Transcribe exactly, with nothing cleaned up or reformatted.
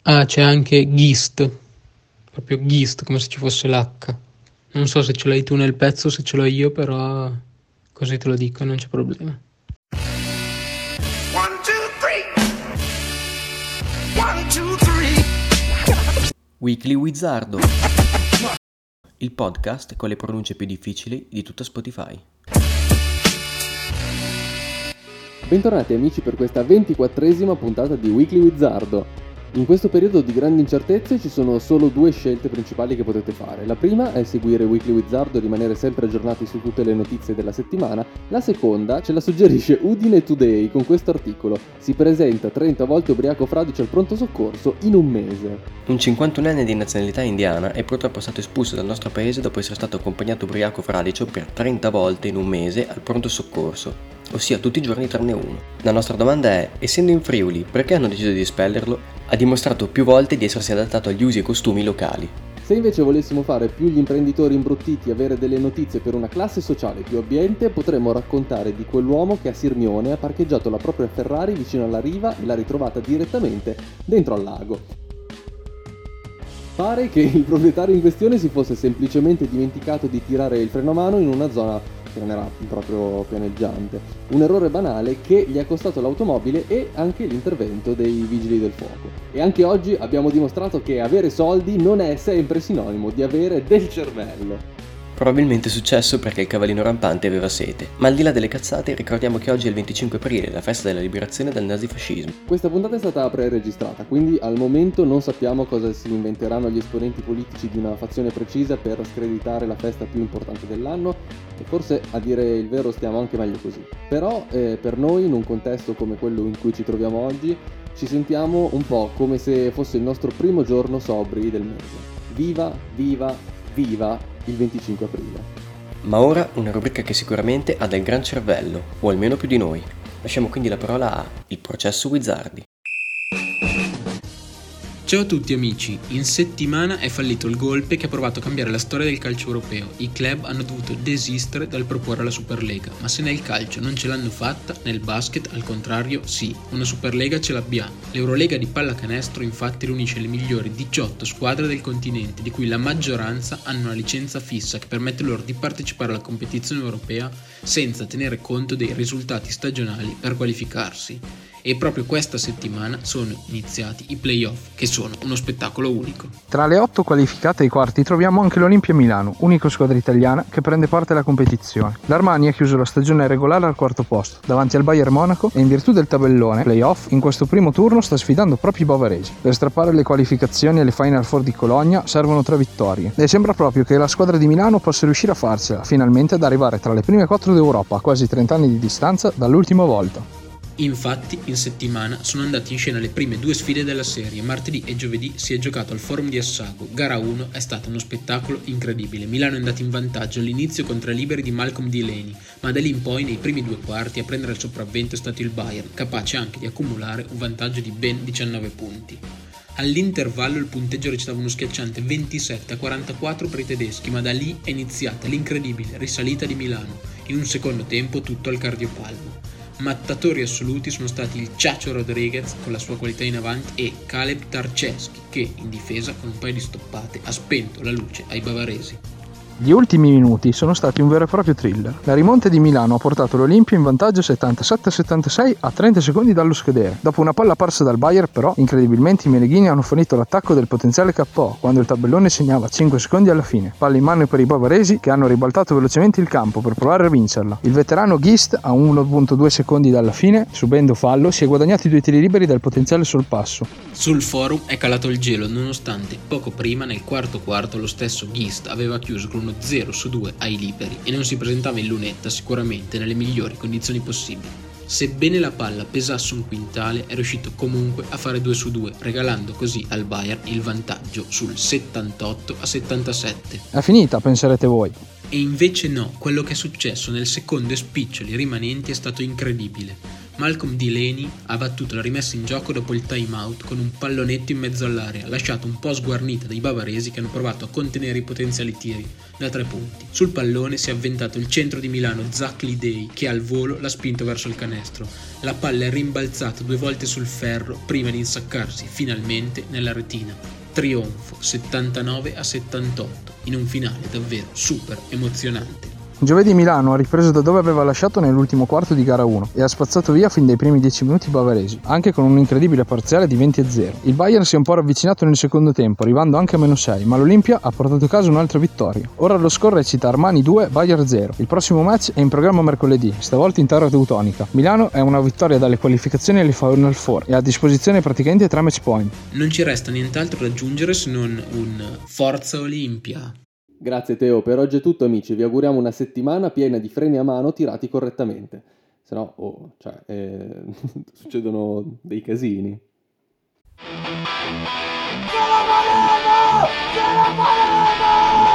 Ah, c'è anche Gist, proprio Gist, come se ci fosse l'H. Non so se ce l'hai tu nel pezzo, se ce l'ho io, però così te lo dico, non c'è problema. One, two, three. One, two, three. Weekly Wizardo, il podcast con le pronunce più difficili di tutta Spotify. Bentornati amici per questa ventiquattresima puntata di Weekly Wizardo. In questo periodo di grandi incertezze ci sono solo due scelte principali che potete fare. La prima è seguire Weekly Wizardo e rimanere sempre aggiornati su tutte le notizie della settimana. La seconda ce la suggerisce Udine Today con questo articolo: si presenta trenta volte ubriaco fradicio al pronto soccorso in un mese. Un cinquantunenne di nazionalità indiana è purtroppo stato espulso dal nostro paese dopo essere stato accompagnato ubriaco fradicio per trenta volte in un mese al pronto soccorso, ossia tutti i giorni tranne uno. La nostra domanda è: essendo in Friuli, perché hanno deciso di espellerlo? Ha dimostrato più volte di essersi adattato agli usi e costumi locali. Se invece volessimo fare più gli imprenditori imbruttiti e avere delle notizie per una classe sociale più abbiente, potremmo raccontare di quell'uomo che a Sirmione ha parcheggiato la propria Ferrari vicino alla riva e l'ha ritrovata direttamente dentro al lago. Pare che il proprietario in questione si fosse semplicemente dimenticato di tirare il freno a mano in una zona che non era proprio pianeggiante. Un errore banale che gli ha costato l'automobile e anche l'intervento dei vigili del fuoco. E anche oggi abbiamo dimostrato che avere soldi non è sempre sinonimo di avere del cervello. Probabilmente è successo perché il cavallino rampante aveva sete. Ma al di là delle cazzate, ricordiamo che oggi è il venticinque aprile, la festa della liberazione dal nazifascismo. Questa puntata è stata pre-registrata, quindi al momento non sappiamo cosa si inventeranno gli esponenti politici di una fazione precisa per screditare la festa più importante dell'anno, e forse, a dire il vero, stiamo anche meglio così. Però eh, per noi, in un contesto come quello in cui ci troviamo oggi, ci sentiamo un po' come se fosse il nostro primo giorno sobri del mese. Viva, viva, viva il venticinque aprile. Ma ora una rubrica che sicuramente ha del gran cervello, o almeno più di noi. Lasciamo quindi la parola a Il processo Wizardi. Ciao a tutti amici, in settimana è fallito il golpe che ha provato a cambiare la storia del calcio europeo. I club hanno dovuto desistere dal proporre la Superlega, ma se nel calcio non ce l'hanno fatta, nel basket al contrario sì, una Superlega ce l'abbiamo. L'Eurolega di pallacanestro infatti riunisce le migliori diciotto squadre del continente, di cui la maggioranza hanno una licenza fissa che permette loro di partecipare alla competizione europea senza tenere conto dei risultati stagionali per qualificarsi. E proprio questa settimana sono iniziati i playoff, che sono uno spettacolo unico. Tra le otto qualificate ai quarti troviamo anche l'Olimpia Milano, unica squadra italiana che prende parte alla competizione. L'Armani ha chiuso la stagione regolare al quarto posto, davanti al Bayern Monaco, e in virtù del tabellone playoff in questo primo turno sta sfidando proprio i bavaresi. Per strappare le qualificazioni alle Final Four di Cologna servono tre vittorie, e sembra proprio che la squadra di Milano possa riuscire a farcela, finalmente ad arrivare tra le prime quattro d'Europa a quasi trenta anni di distanza dall'ultima volta. Infatti, in settimana sono andate in scena le prime due sfide della serie. Martedì e giovedì si è giocato al Forum di Assago. Gara uno è stato uno spettacolo incredibile. Milano è andato in vantaggio all'inizio contro i liberi di Malcolm Delaney, ma da lì in poi, nei primi due quarti, a prendere il sopravvento è stato il Bayern, capace anche di accumulare un vantaggio di ben diciannove punti. All'intervallo il punteggio recitava uno schiacciante ventisette a quarantaquattro per i tedeschi, ma da lì è iniziata l'incredibile risalita di Milano. In un secondo tempo tutto al cardiopalmo. Mattatori assoluti sono stati il Chacho Rodriguez con la sua qualità in avanti e Caleb Tarczewski che, in difesa con un paio di stoppate, ha spento la luce ai bavaresi. Gli ultimi minuti sono stati un vero e proprio thriller. La rimonta di Milano ha portato l'Olimpia in vantaggio settantasette a settantasei a trenta secondi dallo scadere. Dopo una palla parsa dal Bayern, però, incredibilmente i meneghini hanno fornito l'attacco del potenziale K O quando il tabellone segnava cinque secondi alla fine. Palla in mano per i bavaresi che hanno ribaltato velocemente il campo per provare a vincerla. Il veterano Gist, a uno virgola due secondi dalla fine, subendo fallo, si è guadagnato i due tiri liberi dal potenziale sorpasso. Sul forum è calato il gelo nonostante poco prima, nel quarto quarto, lo stesso Gist aveva chiuso con uno zero su due ai liberi e non si presentava in lunetta sicuramente nelle migliori condizioni possibili. Sebbene la palla pesasse un quintale, è riuscito comunque a fare due su due, regalando così al Bayern il vantaggio sul settantotto a settantasette. È finita, penserete voi. E invece no, quello che è successo nel secondo e spiccioli rimanenti è stato incredibile. Malcolm Delaney ha battuto la rimessa in gioco dopo il time out con un pallonetto in mezzo all'area, lasciato un po' sguarnita dai bavaresi che hanno provato a contenere i potenziali tiri da tre punti. Sul pallone si è avventato il centro di Milano Zach Lidei che al volo l'ha spinto verso il canestro. La palla è rimbalzata due volte sul ferro prima di insaccarsi finalmente nella retina. Trionfo settantanove a settantotto in un finale davvero super emozionante. Giovedì Milano ha ripreso da dove aveva lasciato nell'ultimo quarto di gara uno e ha spazzato via fin dai primi dieci minuti bavaresi, anche con un incredibile parziale di venti a zero. Il Bayern si è un po' ravvicinato nel secondo tempo, arrivando anche a meno sei, ma l'Olimpia ha portato a casa un'altra vittoria. Ora lo score recita Armani due, Bayern zero. Il prossimo match è in programma mercoledì, stavolta in terra teutonica. Milano è una vittoria dalle qualificazioni alle Final Four e ha a disposizione praticamente tre match point. Non ci resta nient'altro da aggiungere se non un Forza Olimpia. Grazie Teo, per oggi è tutto amici, vi auguriamo una settimana piena di freni a mano tirati correttamente, se no oh, cioè, eh, succedono dei casini. Ce la faremo! Ce la faremo!